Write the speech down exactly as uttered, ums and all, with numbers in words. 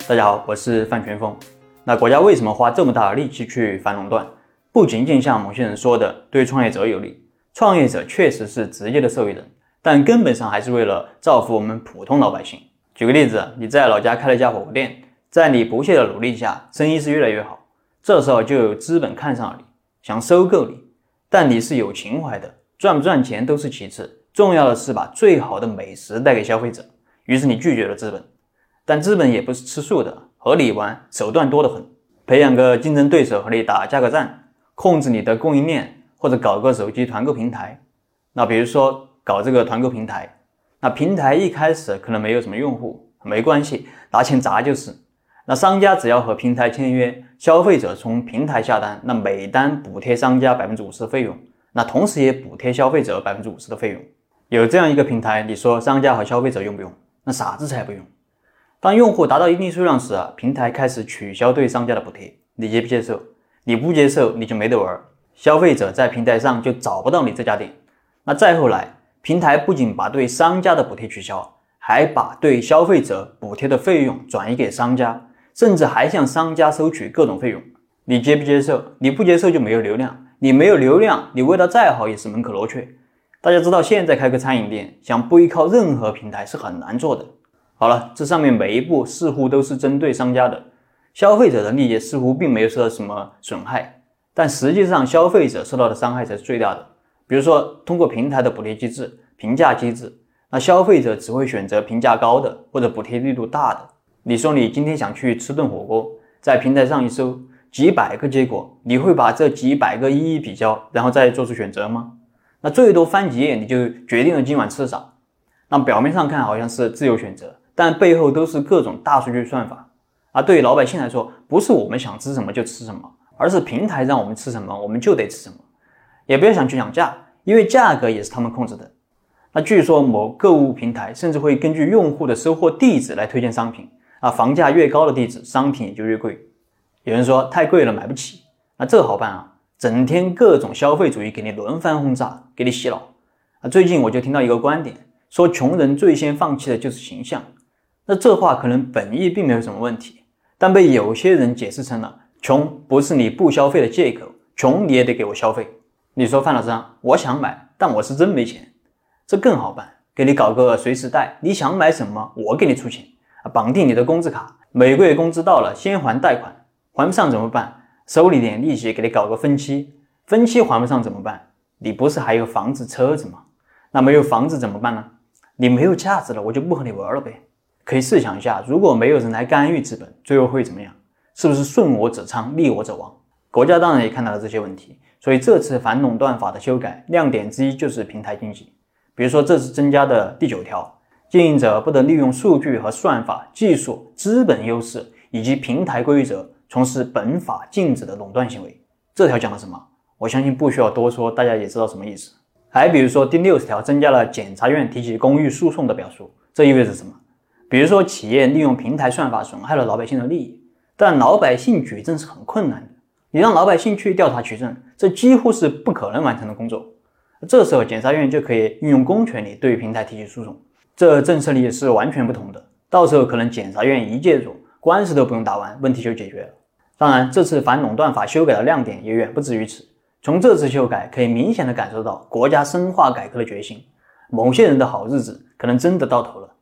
大家好，我是范全峰。那国家为什么花这么大的力气去反垄断？不仅仅像某些人说的对创业者有利，创业者确实是直接的受益人，但根本上还是为了造福我们普通老百姓。举个例子，你在老家开了一家火锅店，在你不懈的努力下，生意是越来越好，这时候就有资本看上了你，想收购你，但你是有情怀的，赚不赚钱都是其次，重要的是把最好的美食带给消费者。于是你拒绝了资本，但资本也不是吃素的，和你玩手段多得很，培养个竞争对手和你打价格战，控制你的供应链，或者搞个手机团购平台。那比如说搞这个团购平台，那平台一开始可能没有什么用户，没关系，拿钱砸就是。那商家只要和平台签约，消费者从平台下单，那每单补贴商家 百分之五十 的费用，那同时也补贴消费者 百分之五十 的费用。有这样一个平台，你说商家和消费者用不用？那傻子才不用。当用户达到一定数量时啊，平台开始取消对商家的补贴，你接不接受？你不接受，你就没得玩，消费者在平台上就找不到你这家店。那再后来，平台不仅把对商家的补贴取消，还把对消费者补贴的费用转移给商家，甚至还向商家收取各种费用。你接不接受？你不接受就没有流量，你没有流量，你味道再好也是门可罗雀。大家知道现在开个餐饮店，想不依靠任何平台是很难做的。好了，这上面每一步似乎都是针对商家的，消费者的利益似乎并没有受到什么损害，但实际上消费者受到的伤害才是最大的。比如说通过平台的补贴机制、评价机制，那消费者只会选择评价高的或者补贴力度大的。你说你今天想去吃顿火锅，在平台上一搜几百个结果，你会把这几百个一一比较，然后再做出选择吗？那最多翻几页你就决定了今晚吃啥。那表面上看好像是自由选择，但背后都是各种大数据算法。而对于老百姓来说，不是我们想吃什么就吃什么，而是平台让我们吃什么我们就得吃什么。也不要想去讲价，因为价格也是他们控制的。那据说某购物平台甚至会根据用户的收货地址来推荐商品，啊，房价越高的地址商品也就越贵。有人说太贵了买不起，那这好办啊，整天各种消费主义给你轮番轰炸，给你洗脑。啊，最近我就听到一个观点，说穷人最先放弃的就是形象。那这话可能本意并没有什么问题，但被有些人解释成了穷不是你不消费的借口，穷你也得给我消费。你说范老师啊，我想买，但我是真没钱，这更好办，给你搞个随时贷，你想买什么我给你出钱，绑定你的工资卡，每个月工资到了先还贷款，还不上怎么办？收你点利息，给你搞个分期，分期还不上怎么办？你不是还有房子车子吗？那没有房子怎么办呢？你没有价值了，我就不和你玩了呗。可以试想一下，如果没有人来干预资本，最后会怎么样？是不是顺我者昌，逆我者亡？国家当然也看到了这些问题，所以这次反垄断法的修改亮点之一就是平台经济。比如说这次增加的第九条，经营者不得利用数据和算法、技术、资本优势以及平台规则从事本法禁止的垄断行为。这条讲了什么？我相信不需要多说，大家也知道什么意思。还比如说第六十条增加了检察院提起公寓诉讼的表述，这意味着什么？比如说企业利用平台算法损害了老百姓的利益，但老百姓举证是很困难的，你让老百姓去调查取证，这几乎是不可能完成的工作。这时候检察院就可以运用公权力对平台提起诉讼，这政策力是完全不同的。到时候可能检察院一介入，官司都不用打完，问题就解决了。当然这次反垄断法修改的亮点也远不止于此，从这次修改可以明显的感受到国家深化改革的决心，某些人的好日子可能真的到头了。